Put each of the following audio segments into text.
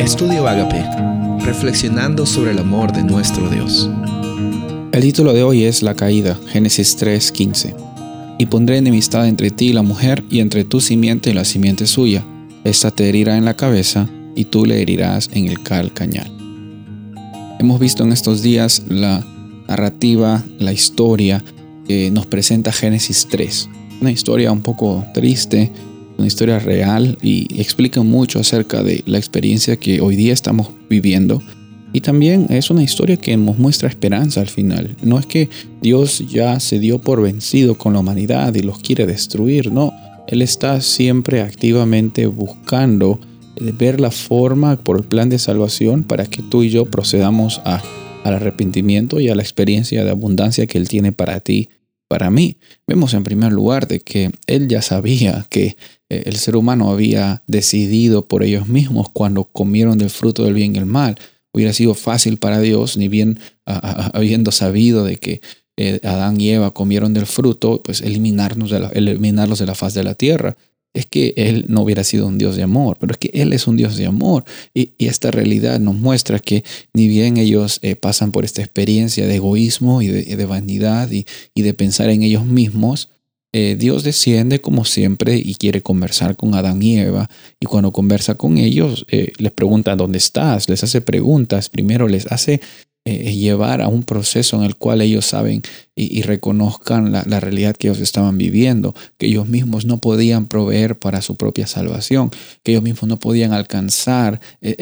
Estudio Ágape, reflexionando sobre el amor de nuestro Dios. El título de hoy es La caída, Génesis 3:15. Y pondré enemistad entre ti y la mujer, y entre tu simiente y la simiente suya. Esta te herirá en la cabeza, y tú le herirás en el calcañar. Hemos visto en estos días la narrativa, la historia que nos presenta Génesis 3. Una historia un poco triste, una historia real, y explica mucho acerca de la experiencia que hoy día estamos viviendo. Y también es una historia que nos muestra esperanza al final. No es que Dios ya se dio por vencido con la humanidad y los quiere destruir, no. Él está siempre activamente buscando ver la forma por el plan de salvación para que tú y yo procedamos al arrepentimiento y a la experiencia de abundancia que Él tiene para ti, para mí. Vemos en primer lugar de que Él ya sabía que el ser humano había decidido por ellos mismos cuando comieron del fruto del bien y el mal. Hubiera sido fácil para Dios, ni bien habiendo sabido de que Adán y Eva comieron del fruto, pues eliminarlos de la faz de la tierra. Es que Él no hubiera sido un Dios de amor, pero es que Él es un Dios de amor. Y esta realidad nos muestra que ni bien ellos pasan por esta experiencia de egoísmo y de vanidad y de pensar en ellos mismos, Dios desciende como siempre y quiere conversar con Adán y Eva. Y cuando conversa con ellos, les pregunta ¿dónde estás? Les hace preguntas. Primero les hace llevar a un proceso en el cual ellos saben y reconozcan la realidad que ellos estaban viviendo, que ellos mismos no podían proveer para su propia salvación, que ellos mismos no podían alcanzar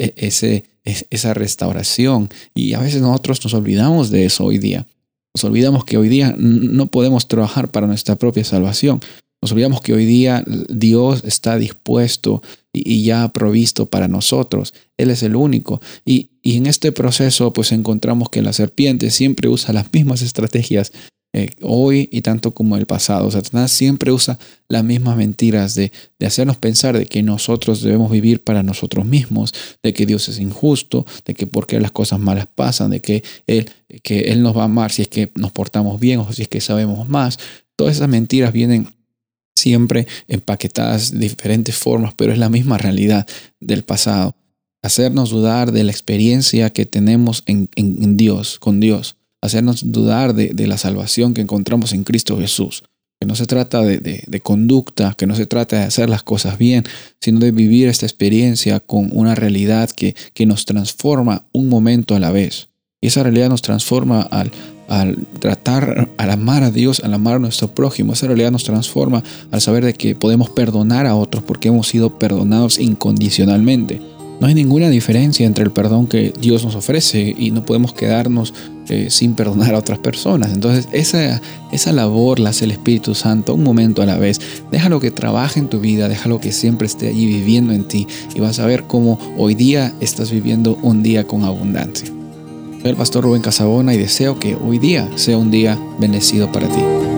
esa restauración. Y a veces nosotros nos olvidamos de eso hoy día. Nos olvidamos que hoy día no podemos trabajar para nuestra propia salvación. Nos olvidamos que hoy día Dios está dispuesto y ya ha provisto para nosotros. Él es el único. Y en este proceso pues encontramos que la serpiente siempre usa las mismas estrategias hoy y tanto como el pasado. Satanás siempre usa las mismas mentiras de hacernos pensar de que nosotros debemos vivir para nosotros mismos, de que Dios es injusto, de que por qué las cosas malas pasan, de que Él nos va a amar si es que nos portamos bien o si es que sabemos más. Todas esas mentiras vienen siempre empaquetadas de diferentes formas, pero es la misma realidad del pasado. Hacernos dudar de la experiencia que tenemos en Dios, con Dios. Hacernos dudar de la salvación que encontramos en Cristo Jesús. Que no se trata de conducta, que no se trata de hacer las cosas bien, sino de vivir esta experiencia con una realidad que nos transforma un momento a la vez. Y esa realidad nos transforma al amar a Dios, al amar a nuestro prójimo. Esa realidad nos transforma al saber de que podemos perdonar a otros porque hemos sido perdonados incondicionalmente. No hay ninguna diferencia entre el perdón que Dios nos ofrece y no podemos quedarnos sin perdonar a otras personas. Entonces esa labor la hace el Espíritu Santo un momento a la vez. Déjalo que trabaje en tu vida, déjalo que siempre esté allí viviendo en ti y vas a ver cómo hoy día estás viviendo un día con abundancia. Soy el pastor Rubén Casabona y deseo que hoy día sea un día bendecido para ti.